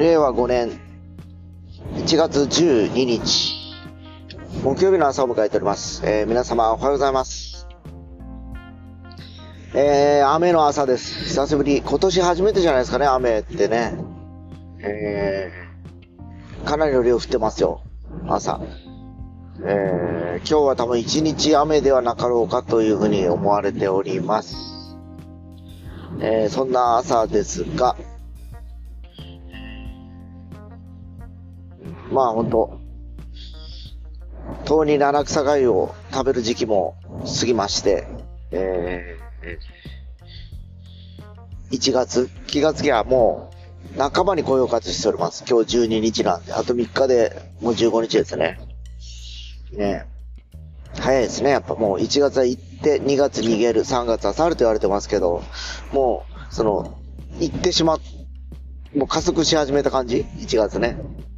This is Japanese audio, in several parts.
令和5年1月12日木曜日の朝を迎えております。皆様おはようございます。雨の朝です。久しぶり。今年初めてじゃないですかね、雨ってね。かなりの量降ってますよ、朝。今日は多分一日雨ではなかろうかというふうに思われております。そんな朝ですが、まあ本当、とうに七草がゆを食べる時期も過ぎまして、1月、気がつきゃもう半ばに来ようかとしております。今日12日なんで、あと3日でもう15日ですね。ね、早いですね。やっぱもう1月は行って、2月逃げる、3月は去ると言われてますけど、もう、行ってしまもう加速し始めた感じ ?1 月ね。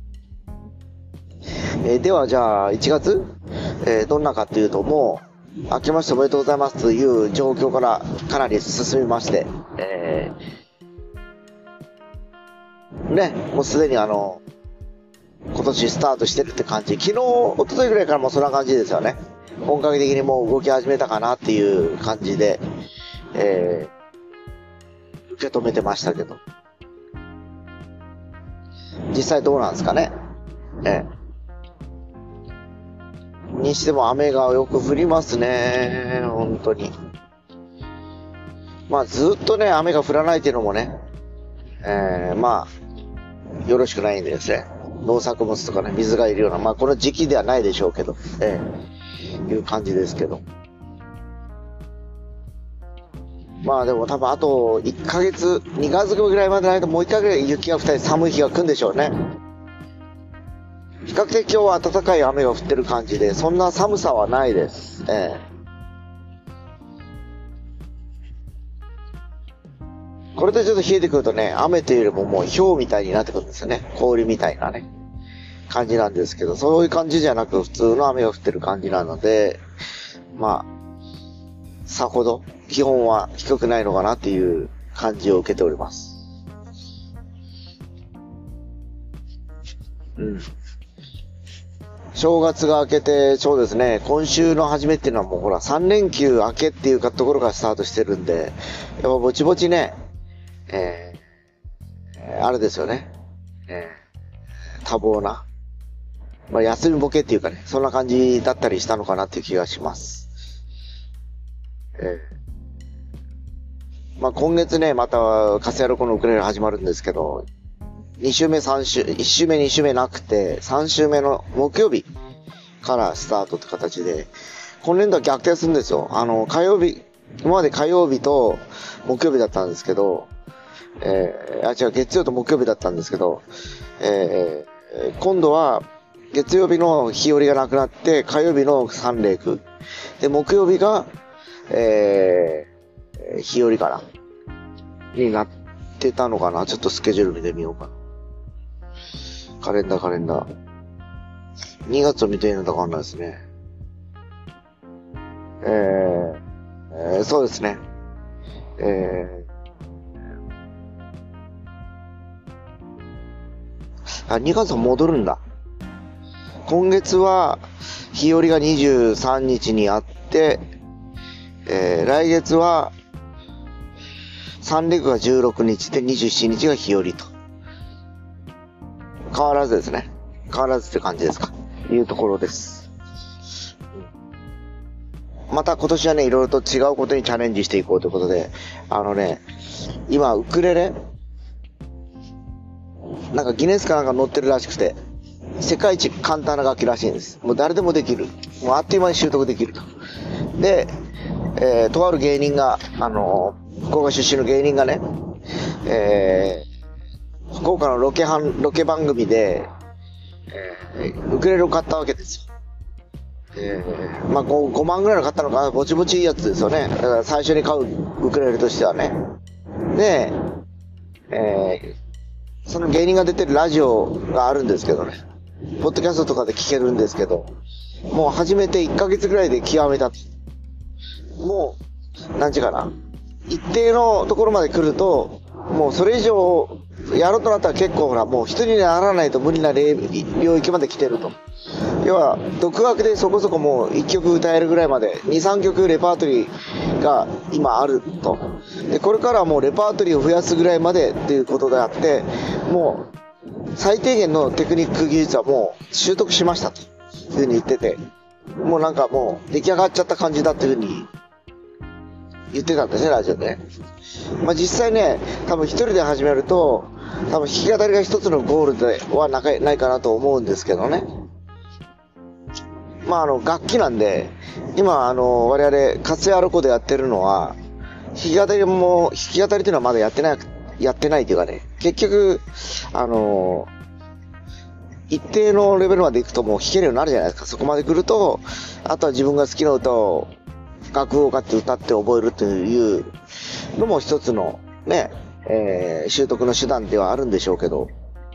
ではじゃあ、1月、どんなかというと、もう、明けましておめでとうございますという状況からかなり進みまして、もうすでに今年スタートしてるって感じ。昨日、一昨日ぐらいからもうそんな感じですよね。本格的にもう動き始めたかなっていう感じで、受け止めてましたけど。実際どうなんですかね。にしても雨がよく降りますね。本当に。まあずっとね、雨が降らないっていうのもね、まあ、よろしくないんですね。農作物とかね、水がいるような、まあこの時期ではないでしょうけど、いう感じですけど。まあでも多分あと1ヶ月、2ヶ月ぐらいまでないともう1回ぐらい雪が降ったり寒い日が来るんでしょうね。比較的今日は暖かい雨が降ってる感じで、そんな寒さはないです。これでちょっと冷えてくるとね、雨というよりももう氷みたいになってくるんですよね。氷みたいなね、感じなんですけど、そういう感じじゃなく普通の雨が降ってる感じなので、まあ、さほど気温は低くないのかなっていう感じを受けております。正月が明けて、そうですね、今週の初めっていうのはもうほら、3連休明けっていうところからスタートしてるんで、やっぱぼちぼちね、あれですよね、多忙な、まあ休みボケっていうかね、そんな感じだったりしたのかなっていう気がします。まあ今月ね、またカスヤロコのウクレレ始まるんですけど、1週目2週目なくて、3週目の木曜日からスタートって形で、今年度は逆転するんですよ。火曜日、今まで火曜日と木曜日だったんですけど、月曜と木曜日だったんですけど、今度は月曜日の日和がなくなって、火曜日の3連休。で、木曜日が、日和かなになってたのかな。ちょっとスケジュール見てみようかな。カレンダー。2月を見ているのと変わんないですね。そうですね。2月は戻るんだ。今月は、日和が23日にあって、来月は、3連休が16日で27日が日和と。変わらずですね。変わらずって感じですか。いうところです。また今年はね、いろいろと違うことにチャレンジしていこうということで、今、ウクレレなんかギネスかなんか載ってるらしくて、世界一簡単な楽器らしいんです。もう誰でもできる。もうあっという間に習得できると。で、とある芸人が、福岡出身の芸人がね、福岡のロケ番組で、ウクレレを買ったわけですよ。まあ5万ぐらいの買ったのか、ぼちぼちいいやつですよね。だから最初に買うウクレレとしてはね。で、その芸人が出てるラジオがあるんですけどね。ポッドキャストとかで聞けるんですけど、もう始めて1ヶ月ぐらいで極めた。もう、なんちゅうかな。一定のところまで来ると、もうそれ以上やろうとなったら結構ほら、もう一人にならないと無理な領域まで来てると。要は、独学でそこそこもう1曲歌えるぐらいまで、2、3曲レパートリーが今あると。で、これからはもうレパートリーを増やすぐらいまでっていうことであって、もう、最低限のテクニック技術はもう習得しましたというふうに言ってて、もうなんかもう出来上がっちゃった感じだっていうふうに言ってたんですね、ラジオでね。まあ実際ね、多分一人で始めると、多分弾き語りが一つのゴールではないかなと思うんですけどね。まあ楽器なんで、今我々、カツヤロコでやってるのは、弾き語りっていうのはまだやってないというかね、結局、一定のレベルまで行くともう弾けるようになるじゃないですか。そこまで来ると、あとは自分が好きな歌を楽譜を買って歌って覚えるというのも一つのね、習得の手段ではあるんでしょうけど、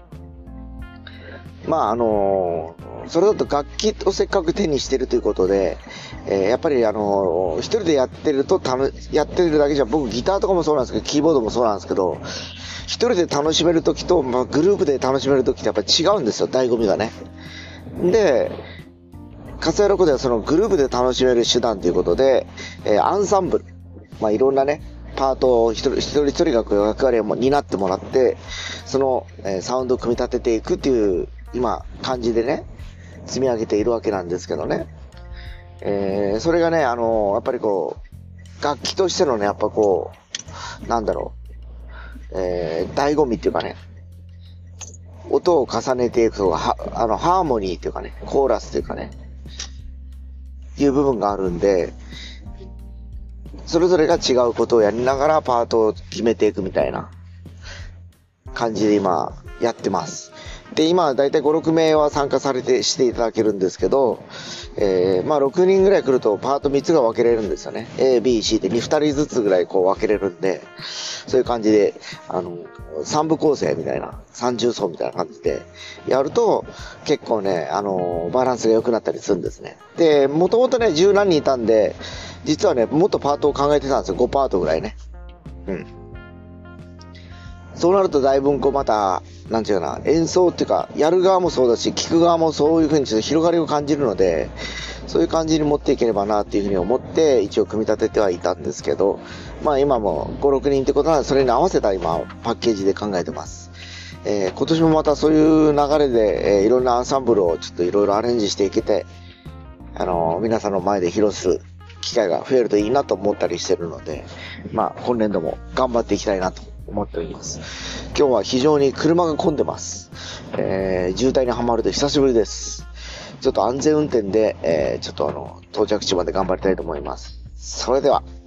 まあそれだと楽器をせっかく手にしてるということで、やっぱり一人でやってるだけじゃ、僕ギターとかもそうなんですけど、キーボードもそうなんですけど、一人で楽しめるときと、まあ、グループで楽しめるときってやっぱり違うんですよ、醍醐味がね。で、カツヤロコではそのグループで楽しめる手段ということで、アンサンブル、まあいろんなね、パートを一人一人が役割を担ってもらって、その、サウンドを組み立てていくっていう、今、感じでね、積み上げているわけなんですけどね。それがね、やっぱりこう、楽器としてのね、やっぱこう、なんだろう、醍醐味っていうかね、音を重ねていくとか、ハーモニーっていうかね、コーラスっていうかね、いう部分があるんで、それぞれが違うことをやりながらパートを決めていくみたいな感じで今やってます。で、今だいたい5、6名は参加していただけるんですけど、まあ6人ぐらい来るとパート3つが分けれるんですよね。A、B、C で2人ずつぐらいこう分けれるんで、そういう感じで、3部構成みたいな、三重奏みたいな感じでやると、結構ね、バランスが良くなったりするんですね。で、もともとね、十何人いたんで、実はね、もっとパートを考えてたんですよ。5パートぐらいね。うん。そうなるとだいぶこうまた、なんていうかな、演奏っていうか、やる側もそうだし、聴く側もそういう風にちょっと広がりを感じるので、そういう感じに持っていければなっていう風に思って、一応組み立ててはいたんですけど、まあ今も5、6人ってことなので、それに合わせた今、パッケージで考えてます。今年もまたそういう流れで、いろんなアンサンブルをちょっといろいろアレンジしていけて、皆さんの前で披露する機会が増えるといいなと思ったりしてるので、まあ今年度も頑張っていきたいなと思っております。今日は非常に車が混んでます。渋滞にはまると久しぶりです。ちょっと安全運転で、ちょっと到着地まで頑張りたいと思います。それでは。